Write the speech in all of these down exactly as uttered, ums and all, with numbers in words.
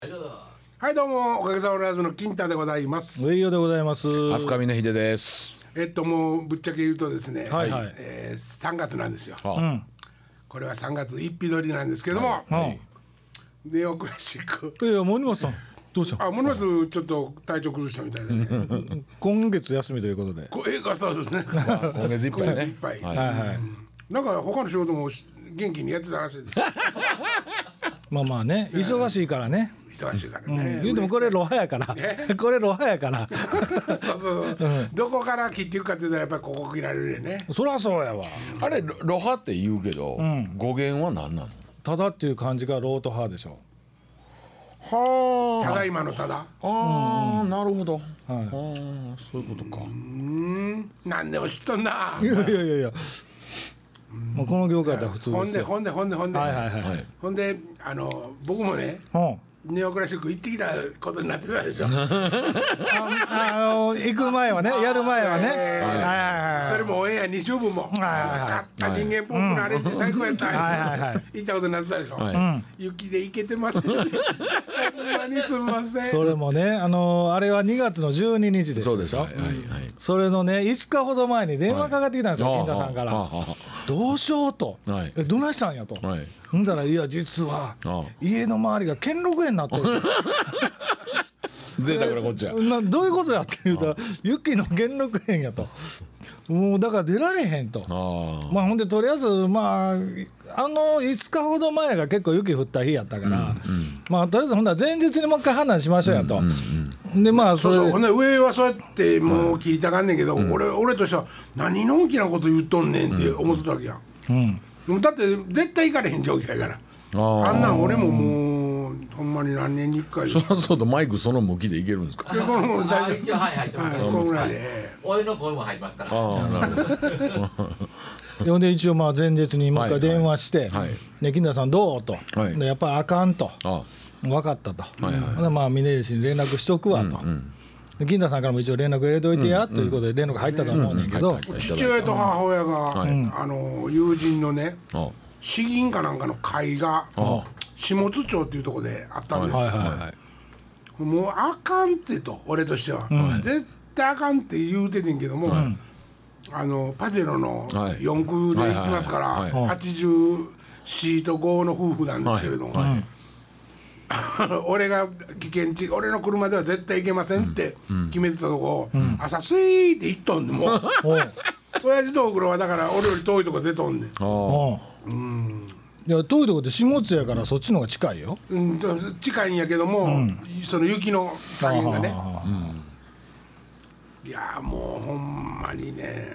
はいどうもおかげさまライズの金太でございます。 上与でございます。 飛鳥峰秀です。 えっともうぶっちゃけ言うとですね、 はいはいえー、さんがつなんですよ。 はあうんこれはさんがつつい撮りなんですけども、 うん。 ネオクラシックいや森本さんどうした？ あ、ものすごくちょっと体調崩したみたいでね今月休みということで。 こえー、そうですね今月いっぱいね。 今月いっぱい、 はいはいはい。 なんか他の仕事も元気にやってたらしいですまあまあね忙しいからね。 忙しいからうんね、 言うてもこれロハやから。これロハやから。 そうそうそう、どこから切っていくかって言ったらやっぱりここ切られるよね。 そりゃそうやわ。 あれロロハって言うけど、 ん語源は何なの？ ただっていう漢字がローとハでしょ。 はただいまのただあ。ああ、なるほど。 はああ、そういうことか。 うん何でも知っとんな。 い。いやいやいやいや。もうこの業界だったら普通ですよ。 ほんでほんでほんでほんで、 はいはいはい。 はい。 ほんであの僕もねうん。 ネオクラシック行ってきたことになってたでしょああの行く前はねやる前はね。 えーはいはいはい。 それもオンエアに週分もはいはいはい勝った人間ポップのアレンジ最高やったはいはいはい行ったことになってたでしょ、 はい雪で行けてますほんまにすみません。 それもねあのあれはにがつのじゅうににちでしょ。 そうです。はいはいはい。 それのねいつかほど前に電話かかってきたんですよ、金田さんから、 ああどうしようと、 はいえどないしたんやと、 ああはい。 ほんだらいや実はああ家の周りが兼六園になってる贅沢なこっちゃ。 などういうことやって言うたら雪の兼六園やと、もうだから出られへんと。 ああ。 まあほんでとりあえずまああのいつかほど前が結構雪降った日やったから、まあとりあえずほんだら前日にもう一回判断しましょうやと、でまあそれでそうそうほんで上はそうやってもう聞いたかんねんけど、俺俺としては何のんきなこと言っとんねんって思ってたわけやん、 うんでもだって絶対行かれへん状況やからああんなん俺ももうほんまに何年に一回そりゃそうとマイクその向きでいけるんですか？ でこのあ大丈一応はい入って夫、 ます。 はい、このぐらいでお湯の声も入りますから。 ああ、なるほど。 ほんで一応まあ前日にもう一回電話してはいはい 「で金田さんどう?」と、 はいでやっぱりあかんとあ分かったと、 はいはいほんでまあ峰岸に連絡しとくわと、で金田さんからも一応連絡入れといてや、ということで連絡入ったと思うねんけど、 はいはい父親と母親が、 はいあの友人のねあ詩吟かなんかの会があ下津町っていうところであったんですよ、 はいはいはいもうあかんってと俺としては、絶対あかんって言うててんけども、あのパジェロのはいよん区で行きますから、 はいはいはいはちじゅうよんとごの夫婦なんですけれども、 はい俺が危険地俺の車では絶対行けませんって決めてたとこ、朝スイーって行っとんでもうおう親父とおふくろはだから俺より遠いとこ出とんねん、 あおういや遠いとこで下津やからそっちの方が近いよ。 うん、近いんやけども、その雪の加減がねあいやーもうほんまにね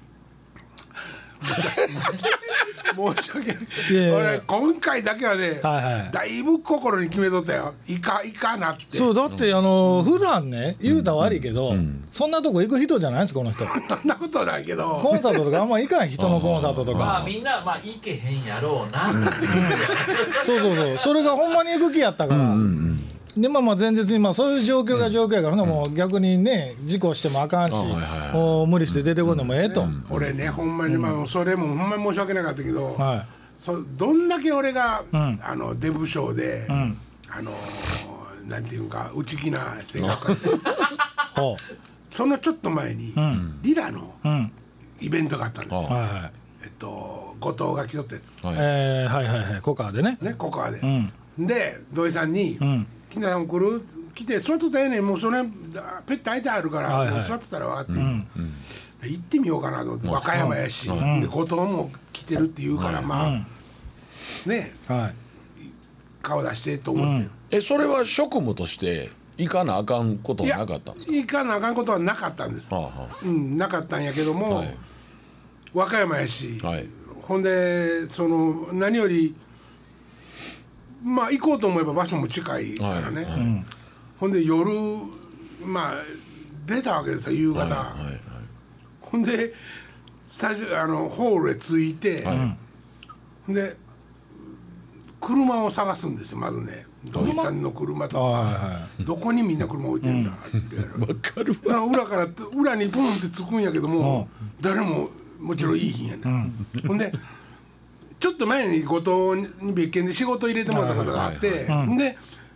申し訳ないいやいやいや俺今回だけはね、 はいはいだいぶ心に決めとったよいかいかなってそうだってあの普段ね言うたら悪いけど、そんなとこ行く人じゃないんですこの人。 そんなことないけどコンサートとかあんま行かん人のコンサートとまあか。 みんなまあいけへんやろうな。 そうそうそうそれがほんまに行く気やったから。でまあまあ前日にまあそういう状況が状況やから、ねもう逆にね事故してもあかんし、 はいはいはいもう無理して出てこんでもええと、 俺ねほんまに、まあ、それもほんまに申し訳なかったけど、 はそどんだけ俺が、 んあのデブ賞で、 んあのなんていうんか内気な性格でいほそのちょっと前に、 んリラのううんイベントがあったんですよ、 はいはいえっと後藤が来とったやつはいえー、はいはいはいコカーでね。 ねココアで、 うんで土井さんにうん 「金田さん来る?」来て座っとったらええねんもうそれペッて開いてあるから、 はいはいもう座ってたら分かってる、行ってみようかなと思って、和歌山やし、で後藤も来てるって言うから、まあ、ねはい顔出してと思って、 えそれは職務として行かなあかんこといやはなかったんですか？ 行かなあかんことはなかったんです、 はあはうん、なかったんやけども、 はい和歌山やし、 はいほんでその何よりまあ行こうと思えば場所も近いからね、 はいはいほんで夜まあ出たわけですよ夕方、 はいはいほんでスタジオあのホールへ着いて、 はいほんで車を探すんですよまずね土井さんの車とか、 はいはいどこにみんな車置いてるんだって、 わかるだから裏から裏にポンって着くんやけども、誰ももちろんいい日やね、ほんでちょっと前に後藤に別件で仕事入れてもらったことがあって、 はいはいで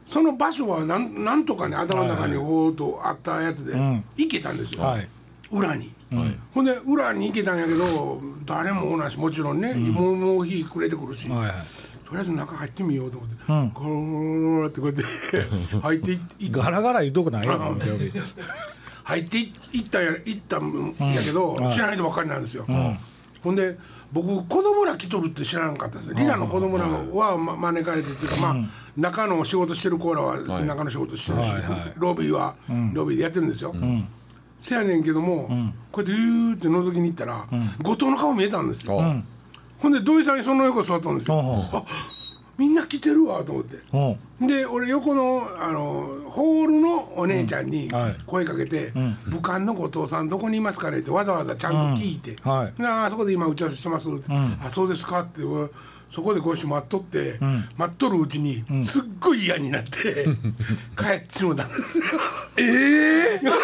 その場所はなんなんとかね頭の中におーっとあったやつでん行けたんですよ、 はい裏に、 はいほんで裏に行けたんやけど誰もおらんしもちろんね、もうもう日暮れてくるし、 はいはいとりあえず中入ってみようと思って、 うんゴーってこうやって入っていいっガラガラ言うとこないよな病気入ってい行ったんや行ったんやけど、 はい知らない人ばっかりなんですよ、ほんで僕子供ら来とるって知らなかったんですよ、リラの子供らはま招かれてっていうか、まあ中の仕事してる子らは中の仕事してるし、 はいはいロビーはロビーでやってるんですよ、せやねんけども、こうやってゆーって覗きに行ったら、後藤の顔見えたんですよ、 あほんで土井さんにその横座ったんですよ、 うんうんあみんな来てるわと思って、 うんで俺横のあのホールのお姉ちゃんにはい声かけて「武漢の後藤さんどこにいますかね?」ってわざわざちゃんと聞いてうんはいなあそこで今打ち合わせしてます」あそうですか」ってそこでこうして待っとって待っとるうちにすっごい嫌になって帰っちもうたんですよ。ええいや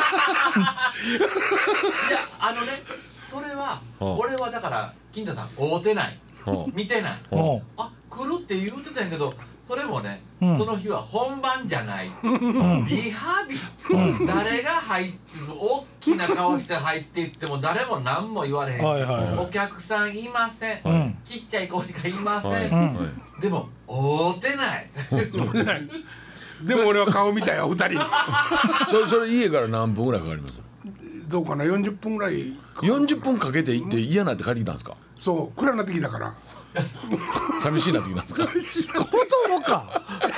あのねそれはうん俺はだから金田さん会うてないうん見てないうんあ来るって言うてたんやけどそれもね、 うんその日は本番じゃない、リハビリ、誰が入って大きな顔して入っていっても誰も何も言われへん、 はいはいはいお客さんいません、 うんちっちゃい子しかいません、 はいうんはいでも会うてないでも俺は顔見たよふたりそれそれ家から何分ぐらいかかりますどうかなよんじゅっぷんぐらいよんじゅっぷんかけて行って嫌なって帰ってきたんですかそう暗なってきたから寂しいなってきたんですか子供か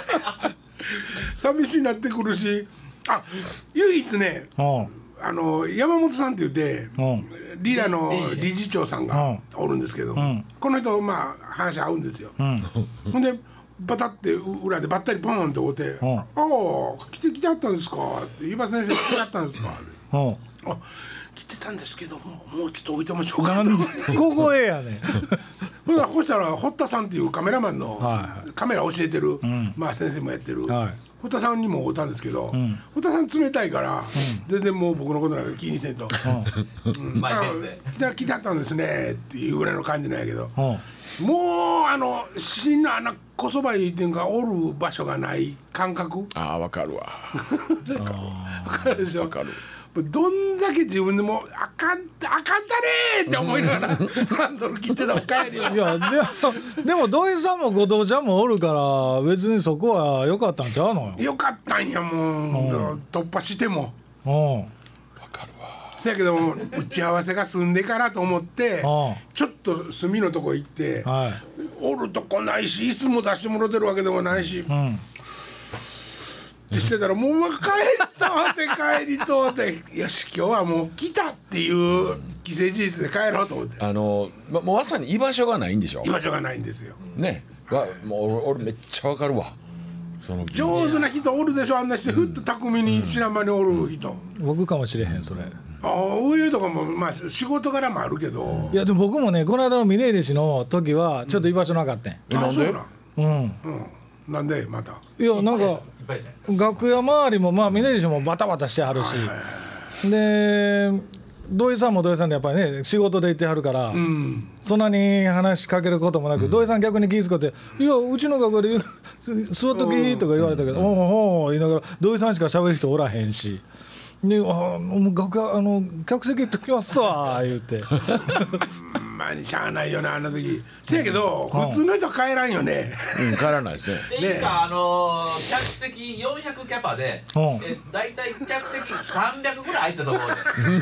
寂しいなってくるしあ唯一ねうんあの山本さんって言ってうんリラの理事長さんがおるんですけど、 んこの人まあ話合うんですよ、 うんほんでバタって裏でばったりポンって追って「 んああ来て来てあったんですか」って「湯葉先生来てあったんですか」ってうんあ来てたんですけどももうちょっと置いてましょうか」 なん小声やねんほんならこうしたら堀田さんっていうカメラマンの、 はカメラ教えてる、まあ先生もやってる、 はい堀田さんにも会ったんですけど、堀田さん冷たいから、全然もう僕のことなんか気にせんと「うんマイあペースで来た来てあったんですね」っていうぐらいの感じなんやけど、 うんもうあのしんなあのこそばいっていうかおる場所がない感覚ああわかるわわかるでしょわかるどんだけ自分でも「あかんあかんたね!」って思いながらハンドル切ってたお帰りいやでもでも土井さんも後藤ちゃんもおるから別にそこは良かったんちゃうのよ。 よかったんやもう突破してもうんわかるわそやけども打ち合わせが済んでからと思ってうんちょっと隅のとこ行ってはいおるとこないし椅子も出してもらってるわけでもないしうんってしてたらもう帰ったわって帰りとってよし今日はもう来たっていう既成事実で帰ろうと思ってあのまもうまさに居場所がないんでしょ居場所がないんですよ。 ねわもう俺俺めっちゃわかるわその気持ち上手な人おるでしょあんなしてふっと巧みに知らん間におる人、 僕かもしれへんそれ。 ああ上とかもまあ仕事柄もあるけどいやでも僕もねこの間の峰入氏の時はちょっと居場所なかったん。 えなんであそうなんうん。 うんなんでまたいやなんかいっぱいね楽屋周りもまあ峰入氏もバタバタしてはるし、で土井さんも土井さんでやっぱりね仕事で行ってはるから、 うんそんなに話しかけることもなく、土井さん逆に気遣って「いやうちの楽屋で座っとき」とか言われたけど「おうおう」言いながら土井さんしか喋る人おらへんし。で、あもう楽屋あの客席行ってきますわ言うてまあしゃあないよなあの時せやけど普通の人帰らんよねうん帰らないですねでいいかあのー客席よんひゃくキャパで、 うんえ大体客席さんびゃくぐらい空いたと思うで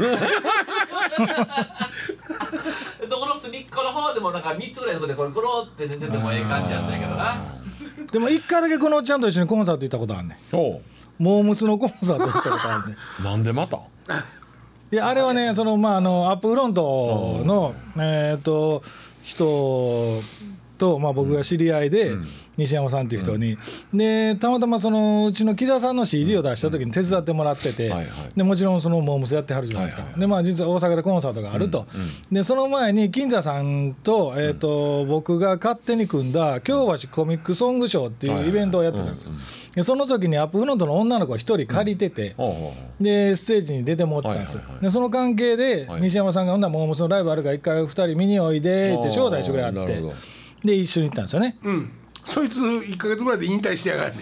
どこの隅っこの方でもなんかみっつぐらいそこでこれコロって寝ててもええ感じやったんやけどなでも一回だけこのおっちゃんと一緒にコンサート行ったことあるねん。 おうモームスのコンサート行ったことあるねん。 なんでまたいやあれはねそのまああのアップフロントのえっと人とまあ僕が知り合いで西山さんっていう人にでたまたまそのうちの木田さんの シーディー を出した時に手伝ってもらっててはいはいでもちろんそのモームスやってはるじゃないですかはいはいでまあ実は大阪でコンサートがあるとでその前に金座さんとえっと僕が勝手に組んだ京橋コミックソングショーっていうイベントをやってたんですよでその時にアップフロントの女の子を一人借りてておうおうおうでステージに出てもらってたんですよ、 はいはいはいでその関係ではい西山さんが「ほんならモームスのライブあるから一回二人見においで」って招待してくれはってあーなるほどで一緒に行ったんですよねうんそいついっかげつぐらいで引退してやがるね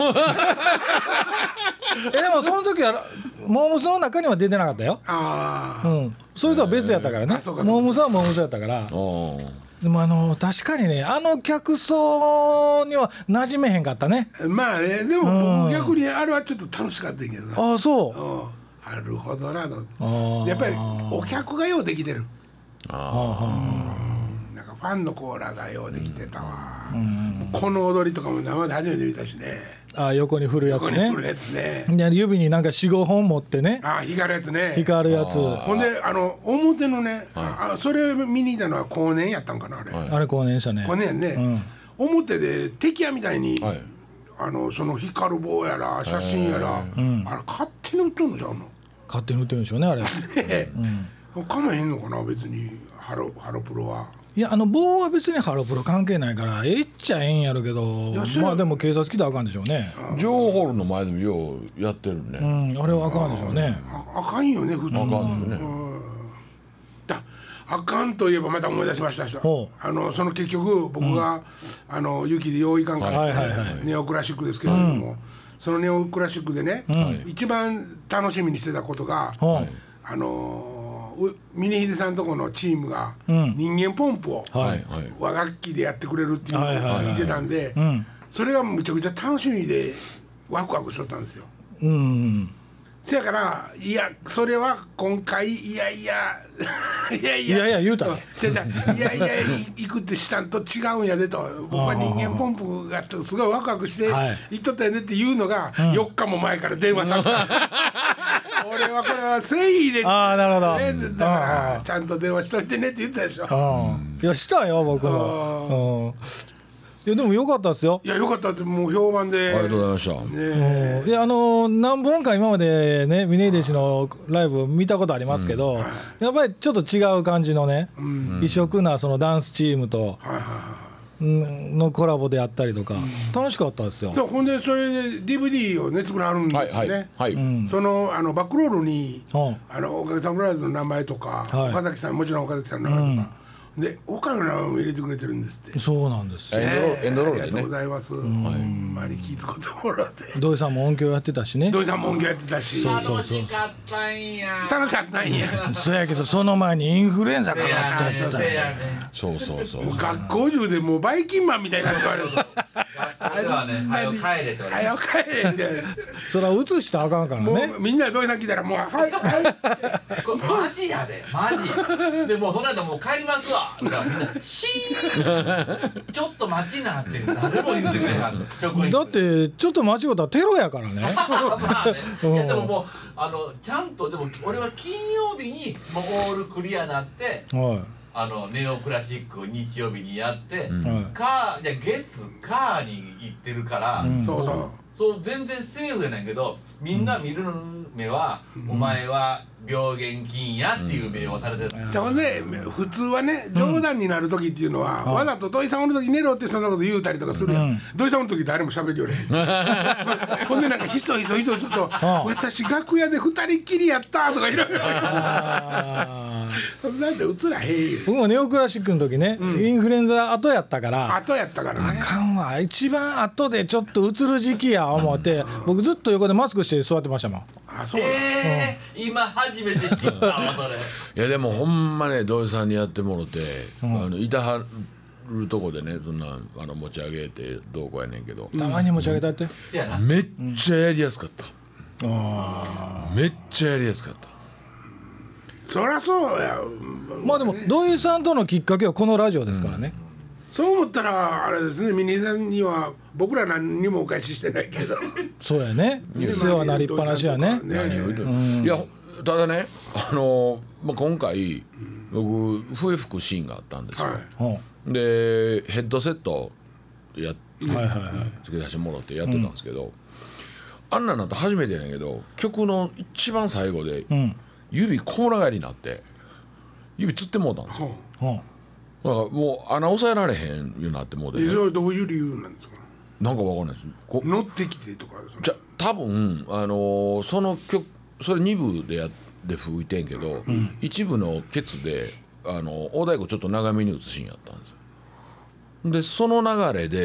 えでもその時はモームスの中には出てなかったよ。 ああ、 うんそれとは別やったからね、 あそうかそうかモームスはモームスやったから。 おーでもあの確かにねあの客層には馴染めへんかったね。 まあねでも僕逆にあれはちょっと楽しかったけどな。 ああそううん、なるほどなと。 あーやっぱりお客がようできてる。 あなんかファンのコーラがようできてたわ。もうこの踊りとかも生で初めて見たしね。 あー横に振るやつね。 ここに来るやつね。 で指になんかよんごほん持ってねああ光るやつね。 光るやつ。 ほんであの表のね、あそれ見に行ったのは後年やったんかなあれ。 あれ後年したね。 後年ね、表で敵屋みたいに、 はいあのその光る棒やら写真やら、あれ勝手に売っとんのじゃんの。 勝手に売ってるんでしょうねあれ。 かまへんのかな別にハロハロプロは。 いやあの棒は別にハロプロ関係ないからええっちゃええんやるけどやそれまあでも警察来たらあかんでしょうね。 あジョーホールの前でもようやってるうね。 んあれはあかんでしょうね。 ああかんよね普通。 あかんですよね。 だあかんといえばまた思い出しましたしほうあのその結局僕が、あの雪でよういかんかった、 はいはいはいネオクラシックですけれども、そのネオクラシックでね、 ん一番楽しみにしてたことが、 ほうあのーう峰秀さんとこのチームがうん人間ポンプをはいはい和楽器でやってくれるっていうのをはいはいはい聞いてたんでうんそれがむちゃくちゃ楽しみでワクワクしとったんですよ。 うんせやからいやそれは今回いやいやいやいやいやいや言うたねじゃじゃいやいや行くってしたんと違うんやでと僕は人間ポンプがすごいワクワクしてはい行っとったよねっていうのがよっかも前から電話させた俺はこれは誠意で、 ああなるほどね、だからちゃんと電話しといてねって言ったでしょ。 うんいやしたよ僕も。うんいやでもよかったですよ。 いやよかったってもう評判でありがとうございました。 ねいやあの何本か今までね峰秀氏のライブ見たことありますけど、やっぱりちょっと違う感じのね、異色なそのダンスチームと、 はいはいはいうんのコラボであったりとか、楽しかったですよ。 そうほんでそれで ディーブイディー をね作らはるんですよはいね。 はいはい。 そのあのバックロールに、 うんあのおかげさまブラザーズの名前とか、 はい岡崎さんもちろん岡崎さんの名前とか、で岡の名前も入れてくれてるんですって。 そうなんですよ。 エンドロールエンドロールでねありがとうご。ざいます。ほんまに気遣ってもらって。 土井さんも音響やってたしね。 土井さんも音響やってたしそうそうそう楽しかったんや。 楽しかったんや。 そやけどその前にインフルエンザかかったやつだせやね。 そうそうそう。 もう学校中でもうバイキンマンみたいな扱われる。 あれはね、はよ帰れと。 早く帰れみたいな。 それは映したらあかんからもね。 うみんな土井さん来たらもうはいはい。 これマジやで、マジ。でもうその間もう帰りますわ。だからみんなシーン。ちょっと待ちなって誰も言ってくれへん。職員。 だってちょっと間違ったらテロやからね。 まあね、いやでももうあのちゃんとでも俺は金曜日にもうオールクリアなってはあのネオクラシックを日曜日にやって、 いはカーいや月カーに行ってるから、 んそうそう。 そう全然セーフやねんけどみんな見る目は、お前は病原菌やっていう目をされてる、 じゃあほんで普通はね冗談になる時っていうのは、わざと土井さんおる時寝ろってそんなこと言うたりとかするやん、 うん土井さんおる時誰も喋るよねほんでなんかひそひそひそちょっとあ私楽屋で二人っきりやったとかいろいろあーそんなんで映らへんよ僕もネオクラシックの時ね、インフルエンザ後やったから後やったからあねかんわ一番後でちょっと映る時期や思って僕ずっと横でマスクして座ってましたもん。 あそうなんだえー、今初めて知ったわそれいやでもほんまね土井さんにやってもろて、あのいたはるとこでねそんなあの持ち上げてどうこうやねんけど、 たまに持ち上げたって、 せやなめっちゃやりやすかった、めっちゃやりやすかった。 そりゃそうやまあでも土井さんとのきっかけはこのラジオですからね、 そう思ったらあれですねミニさんには僕ら何にもお返ししてないけどそうやね世話なりっぱなしやね。 ね何を言うてるいやただねあの、まあ、今回僕笛吹くシーンがあったんですよ、 はいうんでヘッドセットやっはいはいはいつけさせてもらってやってたんですけど、あんなんなって初めてやねんけど曲の一番最後でうん指甲羅返りになって指つってもうたんですよ。 ほうんだからもう穴押さえられへんようになってもうて、ね、 うそれはどういう理由なんですかなんかわかんないですこ乗ってきてとかそのじゃ多分あのーその曲それに部でやで吹いてんけど、一部のケツであの大太鼓ちょっと長めに打つシーンやったんですよ。でその流れでやっ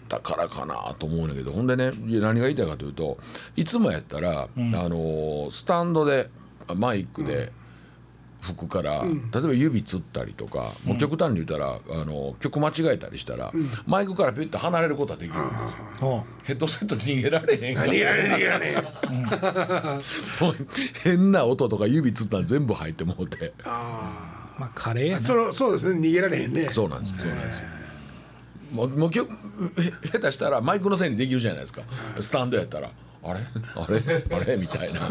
たからかなと思うんだけど、ほんでねいや何が言いたいかというと、いつもやったら、うん、あのスタンドでマイクで吹くから、うん、例えば指つったりとか、うん、もう極端に言ったらあの曲間違えたりしたら、うん、マイクからピュッと離れることはできるんですよ、うん、ヘッドセット逃げられへんから、 逃げられへん逃げられへんもう変な音とか指つったら全部入ってもうて、 あまあカレーやな。 そそうですね、逃げられへんね。 そうなんです、そうなんですよ。もうもう下手したらマイクのせいにできるじゃないですか、スタンドやったらあれあれあれみたいな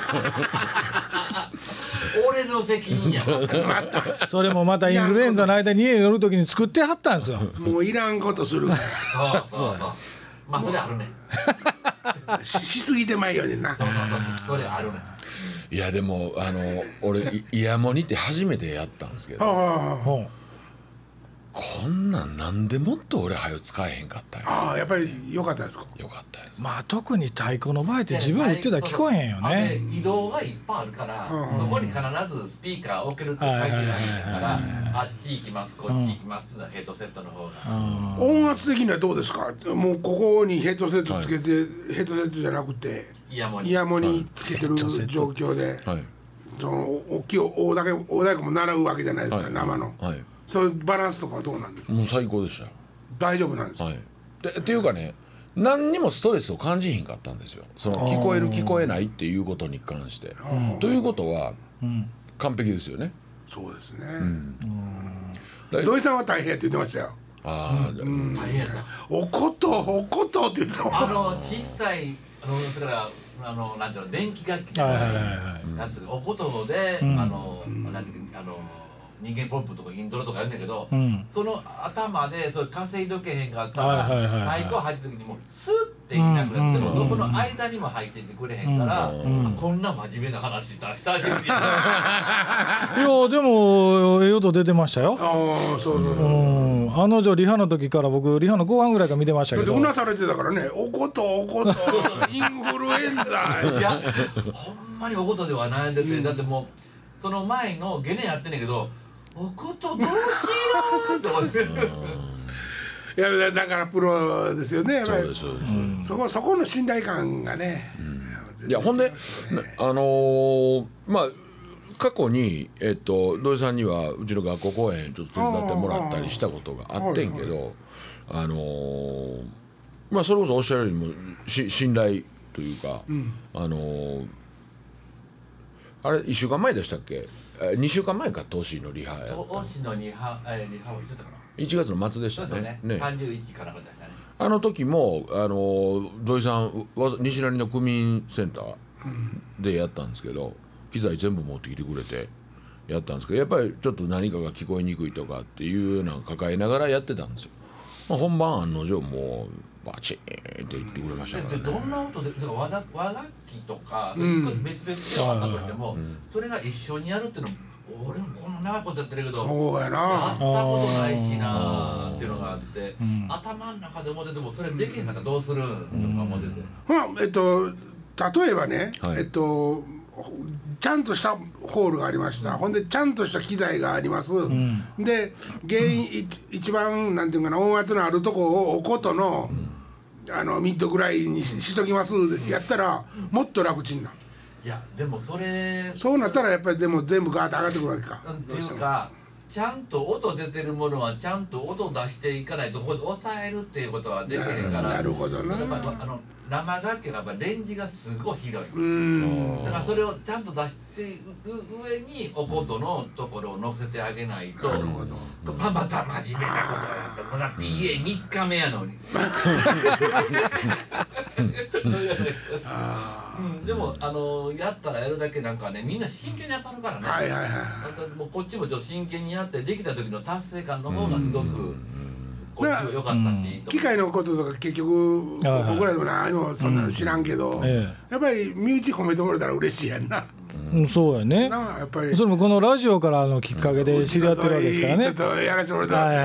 俺の責任やまたそれもまたインフルエンザの間に家に寄る時に作ってはったんですよ。 もういらんことするからそうそうそう、まあそれあるねし, しすぎてまいよねんな。 そうそうそう、それあるね。 いやでもあの俺イヤモニって初めてやったんですけど、 ほうこんなんなんでもっと俺はよ使えへんかったんや。 ああやっぱり良かったですか。 よかったです。 まあ特に太鼓の場合って自分言ってたら聞こえへんよね。 移動がいっぱいあるから、うん、そこに必ずスピーカーを置けるって書いてないからあっち行きますこっち行きますってのはヘッドセットの方が、 うん、音圧的にはどうですか。もうここにヘッドセットつけて、はい、ヘッドセットじゃなくてイヤモニイヤモニつけてる状況で、はい、その大きい大だけ大太鼓も習うわけじゃないですか、はい、生の、はい、そういうバランスとかはどうなんですか。 もう最高でした。 大丈夫なんですか。 はい、でっていうかね、何にもストレスを感じひんかったんですよ。その聞こえる聞こえないっていうことに関して。ということは、うん、完璧ですよね。 そうですね。うん、土井さんは大変やって言ってましたよ。 ああ、うん、 大変やった。 おことおことって言ってたもん。 あの小さいあのだからあのなんていうの電気楽器のやつおことで、うん、あの、うん、なんていうあの人間ポップとかイントロとかやるんだけど、うん、その頭でそれ稼いどけへんかったら太鼓入った時にもうスッていなくなってもその間にも入っていってくれへんから、うんうん、こんな真面目な話したら久しぶりいやでもええ音出てましたよ。 ああそうそうそう、 うん、あの女リハの時から僕リハの後半ぐらいから見てましたけど、 うなされてたからね、おことおことインフルエンザいやほんまにおことでは悩んでて、うん、だってもうその前のゲネやってんねんけどおことどうしようと思っていやだからプロですよね。そうですそうです、うん、そこそこの信頼感がね、 うん、いやほんであのー、まあ過去にえっと土井さんにはうちの学校公演ちょっと手伝ってもらったりしたことがあってんけど、あのー、まあそれこそおっしゃるよりもし信頼というか、うん、あのー、あれいっしゅうかんまえでしたっけ。にしゅうかんまえかトシのリハやった。 トシのリハ、えー、リハを言ってたかな。 いちがつの末でしたね。そうですね。ね、 さんじゅういちからでしたね。 あの時もあの土井さん西成の区民センターでやったんですけど、機材全部持ってきてくれてやったんですけど、やっぱりちょっと何かが聞こえにくいとかっていうのを抱えながらやってたんですよ。まあ、本番案の定もうバチーンって言ってくれましたからね。 でどんな音で和楽器とか別々であったとしても、うん、それが一緒にやるっていうのも俺もこんな長いことやってるけどそうやなやったことないしなっていうのがあって、うん、頭の中で思っててもそれできへんかったらどうする、うん、とか思ってて、 まあえっと例えばね、はい、えっとちゃんとしたホールがありました、うん、ほんでちゃんとした機材があります、うん、で原因、うん、一番なんていうかな音圧のあるとこをおことの、うん、あのミッドぐらいに し, しときますやったらもっと楽ちんな。 いやでもそれそうなったらやっぱりでも全部ガーッと上がってくるわけか。 っていうかちゃんと音出てるものはちゃんと音出していかないとここで抑えるっていうことはできへんから。 なるほどな。 やっぱあの生楽器はやっぱレンジがすごい広い。うんだからそれをちゃんと出していく上におことのところを乗せてあげないと。なるほど。ままた真面目なことをやったまだ ピーエーみっかめやのに。うん、でもあのやったらやるだけなんかねみんな真剣に当たるからね。はいはいはい。もうこっちもちょっと真剣にやってできた時の達成感の方がすごくこっちは良かったし。 機械のこととか結局僕らでも何もそんなの知らんけど、うんええ、やっぱり身内褒めてもらえたら嬉しいやんな。 うん、そうやね。やっぱりそれもこのラジオからのきっかけで知り合ってるわけですからね。 ちょっとやらせてもらってます。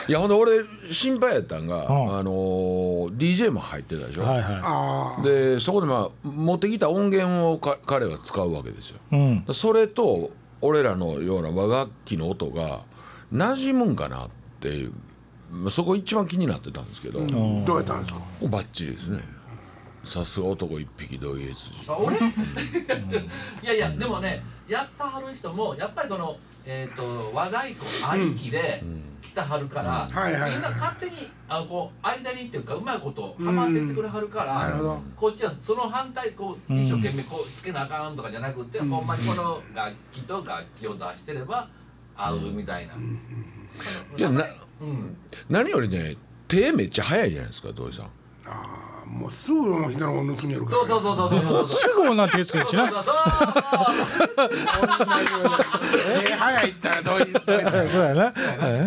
いやほんで俺心配やったんが、うん、あの ディージェー も入ってたでしょ。はいはい、でそこでまあ持ってきた音源をか彼は使うわけですよ。うん、それと俺らのような和楽器の音が馴染むんかなっていうそこ一番気になってたんですけど、 どうやったんですか。 バッチリですね。さすが男一匹土井悦司。 俺いやいやでもねやったはる人もやっぱりその、えー、と和太鼓ありきで来たはるから、みんな勝手にあのこう間にっていうかうまいことはまってってくれはるから、うん、こっちはその反対こう一生懸命こうつけなあかんとかじゃなくて、うん、ほんまにこの楽器と楽器を出してれば合うみたいな。うん、 いやな、うん、何よりね手めっちゃ早いじゃないですか土井さん。 あもうすぐ人のもの盗みよるから、 ね、そうそうそうそうそうすぐ女手つけるしな。 え早いったらどういうそうやな。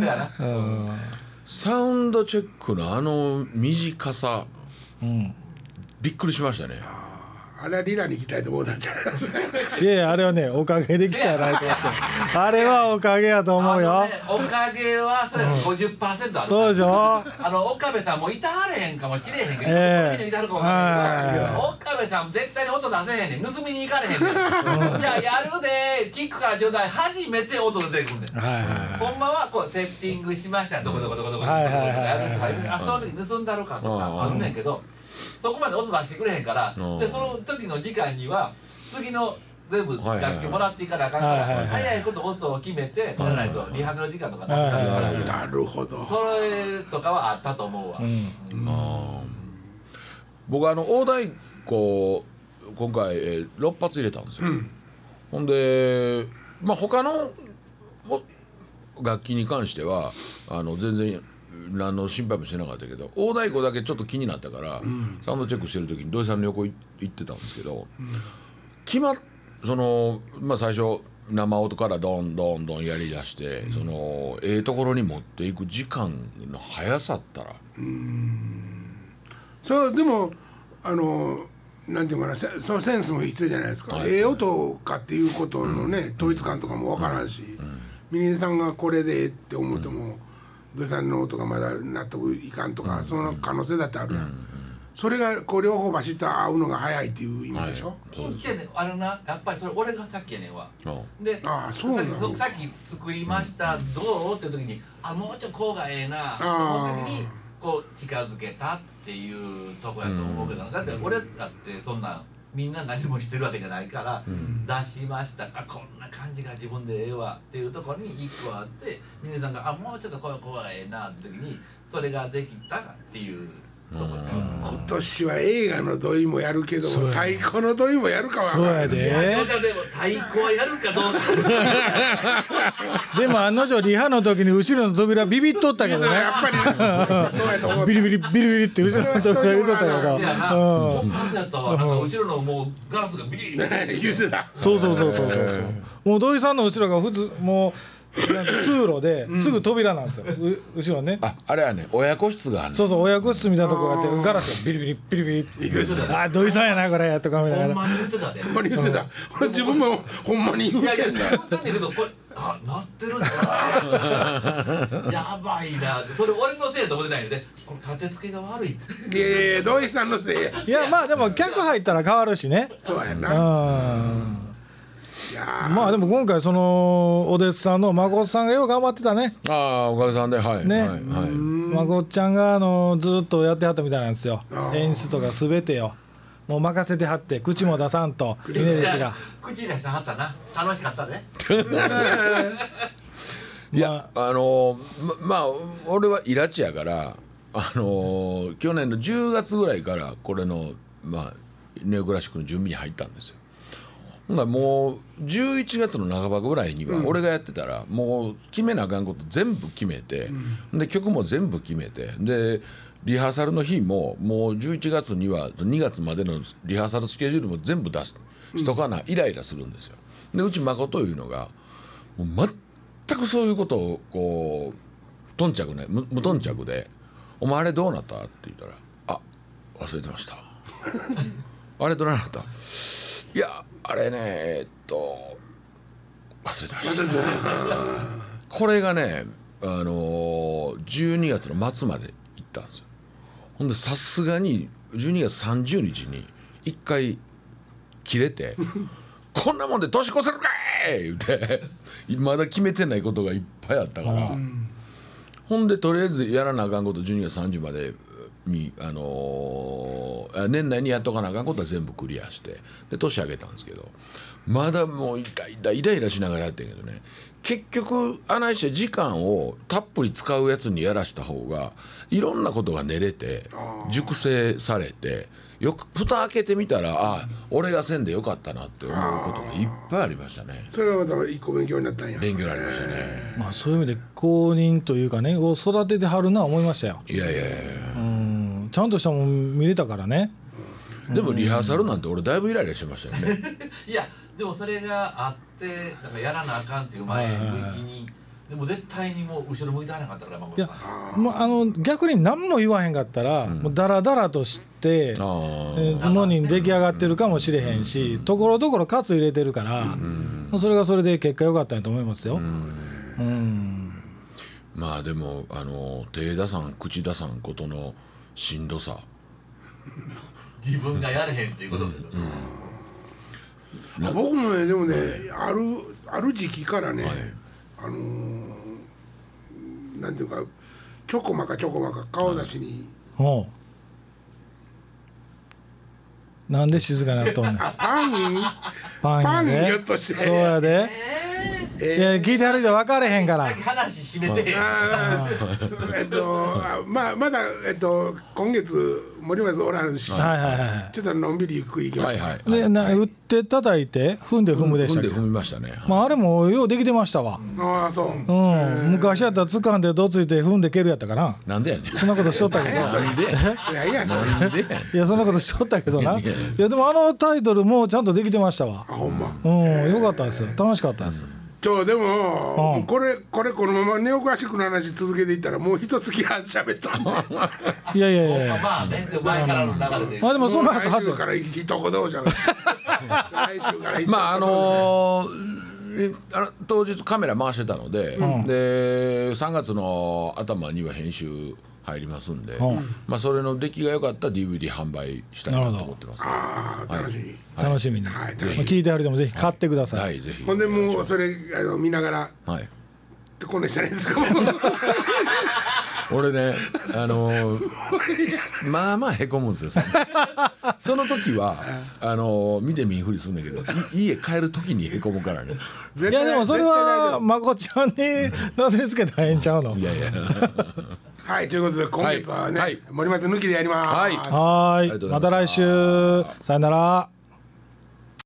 サウンドチェックのあの短さ、うん、びっくりしましたね。 あれはリラに行きたいと思うたんじゃないいやいやあれはねおかげできたやないかあれはおかげやと思うよ、ね、 おかげはそれ ごじゅっパーセント あるから、 どうでしょう。 あの岡部さんもいたはれへんかもしれへんけど、えー、いたはるかもしれへんけど、岡部さん絶対に音出せへんねん、盗みに行かれへんねんいややるでキックからちょうだい初めて音出てくるねん、はいはいはい、ほんまはこうセッティングしましたどこどこどこどこどこどこやる人がいる、あその時盗んだろかとかあるねんけど、そこまで音出してくれへんから、でその時の時間には次の全部楽器もらっていかなあかんから、早いこと音を決めて取らないとリハーサル時間とかなくなるから、 なるほど、 それとかはあったと思うわ。うんうん、 あ僕あの大太鼓今回、えー、ろっ発入れたんですよ、うん、ほんでまあ他の楽器に関してはあの全然何の心配もしてなかったけど大太鼓だけちょっと気になったから、うん、サウンドチェックしてる時に土井さんの横行ってたんですけど、うん、決まっそのまあ最初生音からドンドンドンやりだして、うん、そのええところに持っていく時間の速さったらうんそうでもあのなんていうかなそのセンスも必要じゃないですか、はい、ええ音かっていうことのね、うん、統一感とかも分からんし、うん、ミニさんがこれでって思っても、うん土井さんの音がまだ納得いかんとか、うん、その可能性だってあるやん、うんうん、それがこう両方バシッと合うのが早いっていう意味でしょ、はい、 そうですね、あれなやっぱりそれ俺がさっきやねんわでああそうなのさっき作りました、うん、どうっていう時にあもうちょっとこうがええなと思った時にこう近づけたっていうとこやと思うけど、うん、だって俺だってそんなみんな何もしてるわけじゃないから、うん、出しましたあこんな感じが自分でええわっていうところにいっこあって皆さんがあもうちょっとこうこうがええなって時にそれができたっていうとこちゃう、 今年は映画の土井もやるけど太鼓の土井もやるかはそうやでいやでも太鼓はやるかどうかでも案の定リハの時に後ろの扉ビビっとったけどねやっぱりそうやと思うビリビリビリビリって後ろの扉言うとったけどいやな本発やったわなんか後ろのもうガラスがビリビリ言うてたそうそうそうそうそうもう土井さんの後ろが普通もう通路ですぐ扉なんですよ、うん、後ろねあ, あれはね親子室があるそうそう親子室みたいなとこがあってガラスがビリビリビリビリって言ってたあ土井さんやなこれとかみたいなほんまに言ってたでほんまに言ってた、うん、自分もほんまに言ってたいやいや言ったんだけどこれあ鳴ってるんだやばいなってそれ俺のせいと思ってないのでこの立て付けが悪いいやいやいや土井さんのせいやいやまあでも客入ったら変わるしねそうやなうんいやまあでも今回そのお弟子さんの孫さんがよう頑張ってたねああおかげさんではいね、 はいはい、 孫ちゃんがあのずっとやってはったみたいなんですよ演出とか全てよもう任せてはって口も出さんとひねりしが口出さはったな楽しかったねいやあのままあ俺はイラチやからあの去年のじゅうがつぐらいからこれのまあネオクラシックの準備に入ったんですよほんならもうじゅういちがつの半ばぐらいには俺がやってたらもう決めなあかんこと全部決めて、うん、で曲も全部決めてでリハーサルの日ももうじゅういちがつにはにがつまでのリハーサルスケジュールも全部出すしとかなイライラするんですよでうち誠いうのがもう全くそういうことをこう頓着ね 無, 無頓着でお前あれどうなったって言ったらあ忘れてましたあれどうなったいやあれねえっと忘れてましたこれがねあのー、じゅうにがつの末まで行ったんですよほんでさすがにじゅうにがつさんじゅうにちにいっかい切れてこんなもんで年越せるかい言うてまだ決めてないことがいっぱいあったから、うん、ほほんでとりあえずやらなあかんことじゅうにがつさんじゅうまでに、あのー年内にやっとかなあかんことは全部クリアしてで年上げたんですけど、まだもうイライライライラしながらやってんけどね、結局あないして時間をたっぷり使うやつにやらした方がいろんなことが練れて熟成されて、よく蓋開けてみたら、あ俺がせんでよかったなって思うことがいっぱいありましたね。 それがまた一個勉強になったんや。 勉強になりましたね。 まあそういう意味で公認というかねを育ててはるな思いましたよ。 いやいやいや、 うんちゃんとしたもん見れたからね。 でもリハーサルなんて俺だいぶイライラしてましたよね。 いやでもそれがあってだからやらなあかんっていう前向きに、でも絶対にもう後ろ向いてはなかったから山いや本さん。 もうあの逆に何も言わへんかったら、もうダラダラとして、えあーーものに出来上がってるかもしれへんし、ところどころカツ入れてるから、それがそれで結果良かったんやと思いますよ。うんまあでもあの手出さん口出さんことのしんどさ、 自分がやれへんっていうことですよね。 僕もねでもね、あるある時期からね、あのーなんていうかちょこまかちょこまか顔出しに、 おうなんで静かになっとんねん。 あパンパンパンやでギュッとしてそうやで、 えいや聞いてはる人分かれへんから。 話締めて。 あーえっとあまあまだえっと今月森松おらんし、 はいはいはいちょっとのんびりゆっくり行きました。 はいはい、 でな打って叩いて踏んで踏むでしたっけ。 踏んで踏みましたね。 まああれもようできてましたわ。 ああそう。 うん、昔やったら掴んでどついて踏んで蹴るやったかな。 なんでやねん。 そんなことしとったけど。 なんでやねいやいやそれん。なんでやねん。 いやそんなことしとったけどな。いいやいややでもあのタイトルもちゃんとできてましたわ。 あほんま。 うんよかったですよ。楽しかったです。 ちょでも、 うんこれこれこのままネオクラシックの話続けていったらもう一月半喋ったんで。 いやいやいやいや。 まあね、でも前からの流れで。 まあでもその後来初週から一言じゃん。来週から一言。 まああのーえあの当日カメラ回してたので、でさんがつの頭には編集入りますんで、 うんまあそれの出来が良かった ディーブイディー 販売したいなと思ってます。 ああ楽しみ。 はい楽しみに。 はいまあ聞いてはる人もぜひ買ってください。 はい、ぜひ。 ほんでもうそれあの見ながらはい。 こんなんしたらいいんですか。もう俺ね、あのーまあまあへこむんですよ。そのその時はあのー見て見んふりするんだけど、い家帰る時にへこむからね。 絶いやでもそれはまこちゃんになすりつけたらええんちゃうの。 いやいや。 はいということで今月はね、 はいはい森松抜きでやります。 はいはーい。 ありがとうございましたまた来週。さよなら。